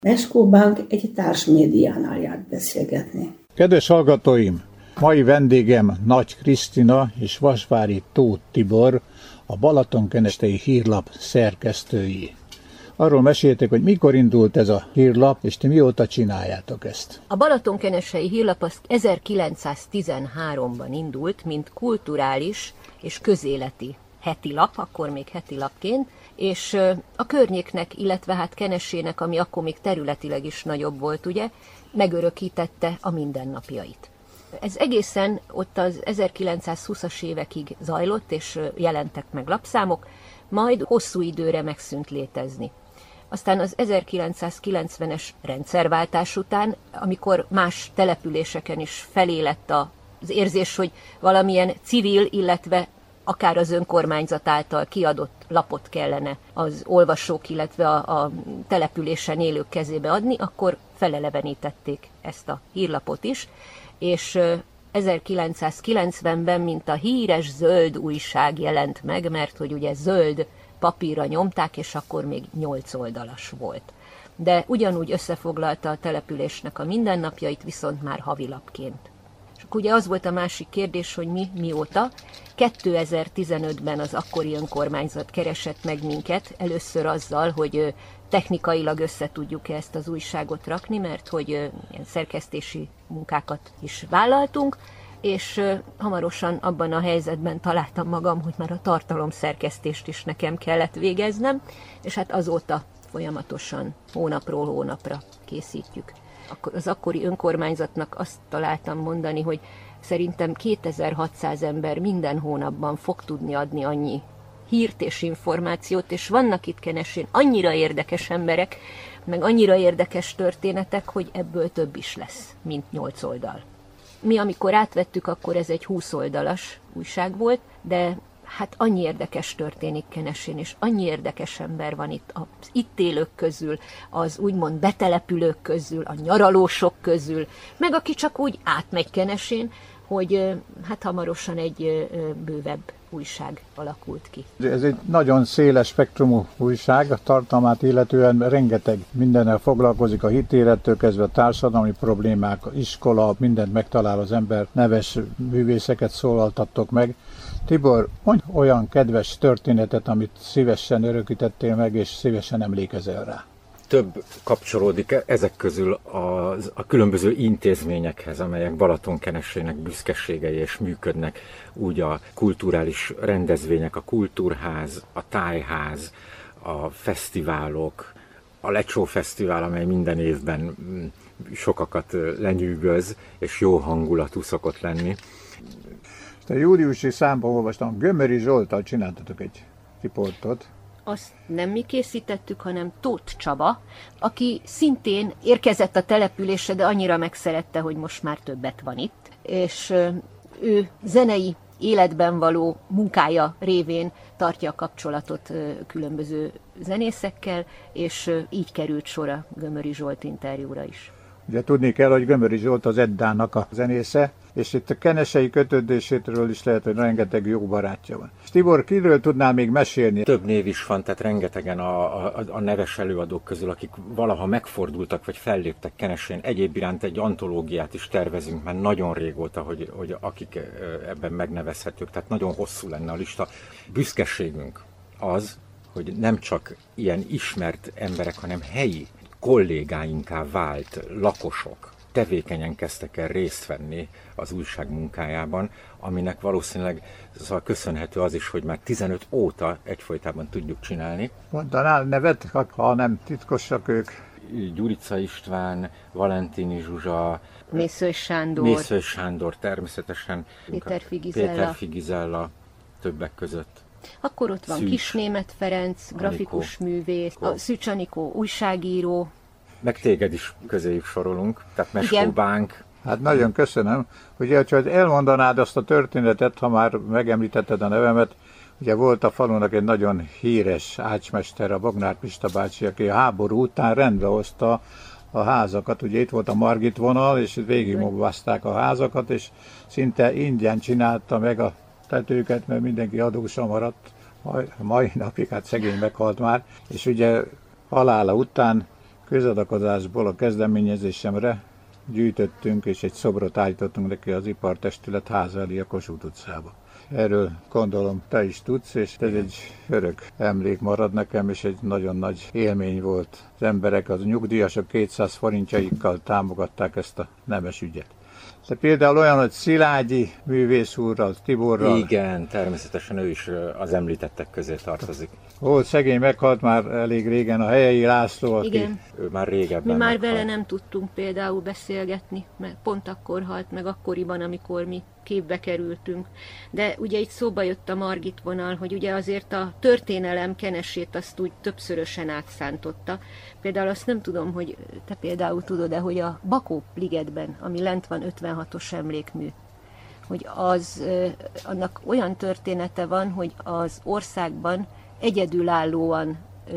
Meskó Bank egy társmédiánál járt beszélgetni. Kedves hallgatóim! Mai vendégem Nagy Krisztina és Vasvári Tóth Tibor, a Balatonkenestei Hírlap szerkesztői. Arról meséltek, hogy mikor indult ez a hírlap, és ti mióta csináljátok ezt? A Balatonkenestei Hírlap az 1913-ban indult, mint kulturális és közéleti hetilap, akkor még hetilapként, és a környéknek, illetve hát Kenesének, ami akkor még területileg is nagyobb volt, ugye, megörökítette a mindennapjait. Ez egészen ott az 1920-as évekig zajlott, és jelentek meg lapszámok, majd hosszú időre megszűnt létezni. Aztán az 1990-es rendszerváltás után, amikor más településeken is felé lett az érzés, hogy valamilyen civil, illetve akár az önkormányzat által kiadott lapot kellene az olvasók, illetve a településen élők kezébe adni, akkor felelevenítették ezt a hírlapot is, és 1990-ben, mint a híres zöld újság jelent meg, mert hogy ugye zöld papírra nyomták, és akkor még 8 oldalas volt. De ugyanúgy összefoglalta a településnek a mindennapjait, viszont már havilapként. És akkor ugye az volt a másik kérdés, hogy mióta. 2015-ben az akkori önkormányzat keresett meg minket, először azzal, hogy technikailag össze tudjuk ezt az újságot rakni, mert hogy ilyen szerkesztési munkákat is vállaltunk, és hamarosan abban a helyzetben találtam magam, hogy már a tartalomszerkesztést is nekem kellett végeznem, és hát azóta folyamatosan hónapról hónapra készítjük. Az akkori önkormányzatnak azt találtam mondani, hogy szerintem 2600 ember minden hónapban fog tudni adni annyi hírt és információt, és vannak itt Kenesén annyira érdekes emberek, meg annyira érdekes történetek, hogy ebből több is lesz, mint 8 oldal. Mi, amikor átvettük, akkor ez egy 20 oldalas újság volt, de hát annyi érdekes történik Kenesén, és annyi érdekes ember van itt az itt élők közül, az úgymond betelepülők közül, a nyaralósok közül, meg aki csak úgy átmegy Kenesén, hogy hát hamarosan egy bővebb újság alakult ki. Ez egy nagyon széles spektrumú újság, a tartalmát illetően rengeteg mindennel foglalkozik, a hitélettől kezdve a társadalmi problémák, iskola, mindent megtalál az ember, neves művészeket szólaltattok meg. Tibor, mondj olyan kedves történetet, amit szívesen örökítettél meg, és szívesen emlékezel rá. Több kapcsolódik ezek közül a különböző intézményekhez, amelyek Balatonkenesének büszkeségei és működnek, úgy a kulturális rendezvények, a kultúrház, a tájház, a fesztiválok, a Lecsó Fesztivál, amely minden évben sokakat lenyűgöz, és jó hangulatú szokott lenni. A júliusi számban olvastam, Gömöri Zsolttal csináltatok egy riportot. Azt nem mi készítettük, hanem Tóth Csaba, aki szintén érkezett a településre, de annyira megszerette, hogy most már többet van itt. És ő zenei életben való munkája révén tartja a kapcsolatot különböző zenészekkel, és így került sor a Gömöri Zsolt interjúra is. Ugye tudni kell, hogy Gömöri Zsolt az Eddának a zenésze, és itt a kenesei kötődésétől is lehet, hogy rengeteg jó barátja van. Tibor, kiről tudnál még mesélni? Több név is van, tehát rengetegen a neves előadók közül, akik valaha megfordultak, vagy felléptek Kenesén. Egyéb iránt egy antológiát is tervezünk már nagyon régóta, hogy akik ebben megnevezhetők, tehát nagyon hosszú lenne a lista. Büszkeségünk az, hogy nem csak ilyen ismert emberek, hanem helyi kollégáinká vált lakosok tevékenyen kezdtek el részt venni az újság munkájában, aminek valószínűleg köszönhető az is, hogy már 15 óta egyfolytában tudjuk csinálni. Mondanál nevet, ha nem titkosak ők? Gyurica István, Valentini Zsuzsa, Mészős Sándor természetesen, Péter Figizella többek között. Akkor ott van Kisnémeth Ferenc, grafikus művész, a Szűcs Anikó újságíró. Meg téged is közéjük sorolunk, tehát Meskó Bank. Hát nagyon köszönöm. Ugye, ha elmondanád azt a történetet, ha már megemlítetted a nevemet, ugye volt a falunak egy nagyon híres ácsmester, a Bognár Pista bácsi, aki a háború után rendbe hozta a házakat. Ugye itt volt a Margit vonal, és végigmobbázták a házakat, és szinte ingyen csinálta meg a tetőket, mert mindenki adósa maradt. Mai napig, hát szegény meghalt már. És ugye halála után közadakozásból a kezdeményezésemre gyűjtöttünk, és egy szobrot állítottunk neki az ipartestület háza elé a Kossuth utcába. Erről gondolom te is tudsz, és ez egy örök emlék marad nekem, és egy nagyon nagy élmény volt. Az emberek, az nyugdíjasok 200 forintjaikkal támogatták ezt a nemes ügyet. De például olyan, hogy Szilágyi művész úrral, Tiborral. Igen, természetesen ő is az említettek közé tartozik. Volt szegény, meghalt már elég régen a Helyei László, aki... Igen. Ő már régebben Mi már meghalt. vele nem tudtunk például beszélgetni, mert pont akkor halt meg, akkoriban, amikor mi képbe kerültünk. De ugye itt szóba jött a Margit vonal, hogy ugye azért a történelem kenesét azt úgy többszörösen átszántotta. Például azt nem tudom, hogy te például tudod-e, hogy a Bakó-ligetben, ami lent van 56-os emlékmű, hogy az, annak olyan története van, hogy az országban egyedülállóan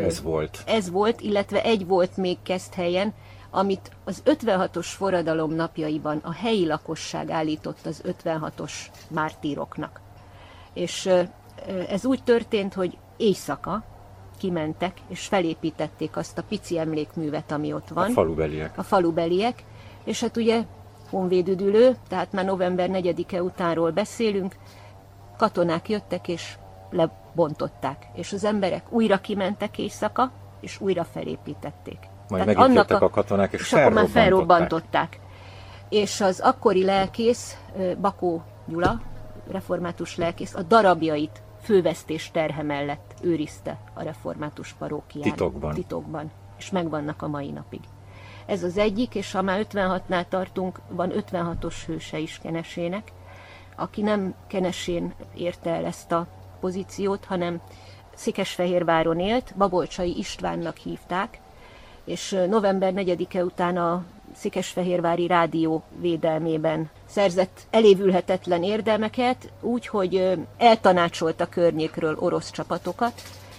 ez volt, illetve egy volt még Keszthelyen, amit az 56-os forradalom napjaiban a helyi lakosság állított az 56-os mártíroknak. És ez úgy történt, hogy éjszaka kimentek, és felépítették azt a pici emlékművet, ami ott van. A falubeliek. És hát ugye honvédüdülő, tehát már november 4-e utánról beszélünk, katonák jöttek, és lebontották. És az emberek újra kimentek éjszaka, és újra felépítették. Majd megint jöttek a katonák, és akkor már felrobbantották. És az akkori lelkész, Bakó Gyula, református lelkész, a darabjait fővesztés terhe mellett őrizte a református parókián. Titokban. És megvannak a mai napig. Ez az egyik, és ha már 56-nál tartunk, van 56-os hőse is Kenesének, aki nem Kenesén érte el ezt a pozíciót, hanem Székesfehérváron élt, Babolcsai Istvánnak hívták, és november 4-e után a Székesfehérvári Rádió védelmében szerzett elévülhetetlen érdemeket, úgy, hogy eltanácsolt a környékről orosz csapatokat.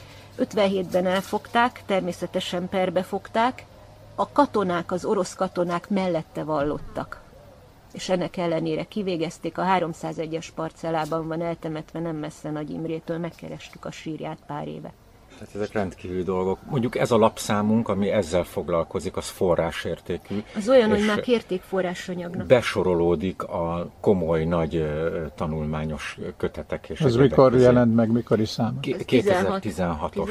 57-ben elfogták, természetesen perbe fogták, a katonák, az orosz katonák mellette vallottak. És ennek ellenére kivégezték, a 301-es parcellában van eltemetve, nem messze Nagy Imrétől, megkerestük a sírját pár éve. Tehát ezek rendkívüli dolgok. Mondjuk ez a lapszámunk, ami ezzel foglalkozik, az forrásértékű. Az olyan, hogy már kérték forrásanyagnak. Besorolódik a komoly, nagy tanulmányos kötetek. És az mikor jelent meg, mikor is számol? 2016-os.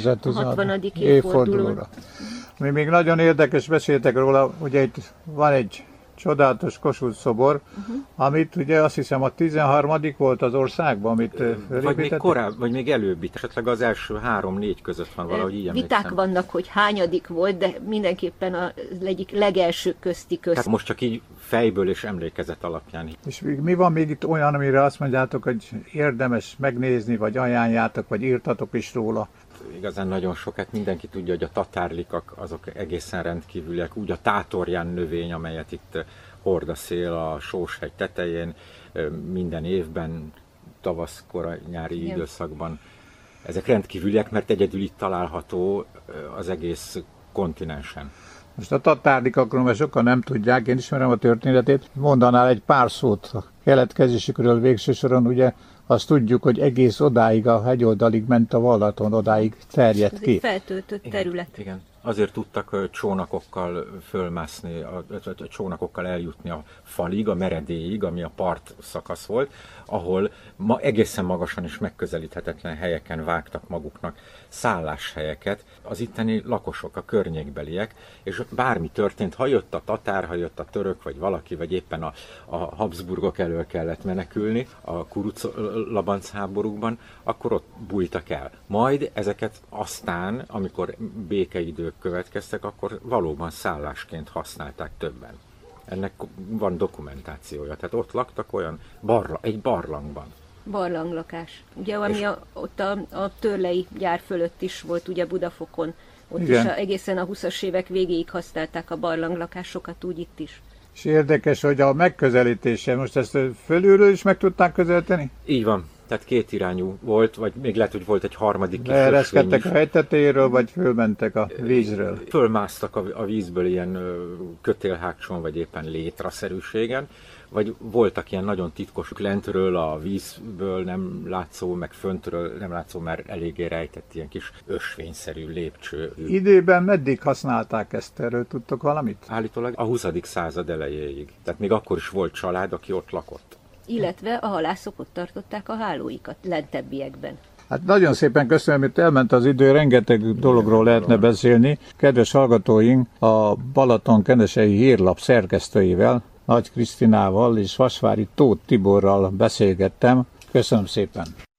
60. évfordulóra. Mi még nagyon érdekes, beszéltek róla, ugye itt van egy csodálatos Kossuth szobor, amit ugye azt hiszem a 13. volt az országban, amit vagy még korábban, vagy még előbb, esetleg az első 3-4 között van valahogy így emlékszem. Viták vannak, hogy hányadik volt, de mindenképpen a egyik legelső közti közt. Tehát most csak így fejből és emlékezet alapján. És mi van még itt olyan, amire azt mondjátok, hogy érdemes megnézni, vagy ajánljátok, vagy írtatok is róla? Igazán nagyon sokat, mindenki tudja, hogy a tatárlikak azok egészen rendkívüliek, úgy a tátorján növény, amelyet itt hord a szél a Sóshegy tetején minden évben, tavasz-kora nyári időszakban. Ezek rendkívüliek, mert egyedül itt található az egész kontinensen. Most a tatárlikakról, mert sokan nem tudják, én ismerem a történetét, mondanál egy pár szót a keletkezésükről végső soron, ugye azt tudjuk, hogy egész odáig, a hegyoldalig ment a Vallaton, odáig terjedt ki. Ez egy feltöltött terület. Igen. Azért tudtak csónakokkal fölmászni, csónakokkal eljutni a falig, a meredéig, ami a part szakasz volt, ahol egészen magasan és megközelíthetetlen helyeken vágtak maguknak szálláshelyeket az itteni lakosok, a környékbeliek, és bármi történt, ha jött a tatár, ha jött a török, vagy valaki, vagy éppen a Habsburgok elől kellett menekülni a Kuruc-Labanc háborúkban, akkor ott bújtak el. Majd ezeket aztán, amikor békeidők következtek, akkor valóban szállásként használták többen. Ennek van dokumentációja. Tehát ott laktak olyan egy barlangban. Barlanglakás. Ugye, ami ott a Törlei gyár fölött is volt, ugye Budafokon. Ott igen. is egészen a 20-as évek végéig használták a barlanglakásokat, úgy itt is. És érdekes, hogy a megközelítése, most ezt fölülről is meg tudták közelíteni? Így van. Tehát kétirányú volt, vagy még lehet, hogy volt egy harmadik kis Leereszkedtek a hegytetejéről, vagy fölmentek a vízről? Fölmásztak a vízből ilyen kötélhágson, vagy éppen létraszerűségen, vagy voltak ilyen nagyon titkos lentről a vízből nem látszó, meg föntről nem látszó, mert eléggé rejtett ilyen kis ösvényszerű lépcső. Időben meddig használták ezt? Erről tudtok valamit? Állítólag a 20. század elejéig. Tehát még akkor is volt család, aki ott lakott. Illetve a halászok ott tartották a hálóikat lentebbiekben. Hát nagyon szépen köszönöm, hogy elment az idő, rengeteg dologról lehetne beszélni. Kedves hallgatóink, a Balaton-Kenesei Hírlap szerkesztőivel, Nagy Krisztinával és Vasvári Tóth Tiborral beszélgettem. Köszönöm szépen!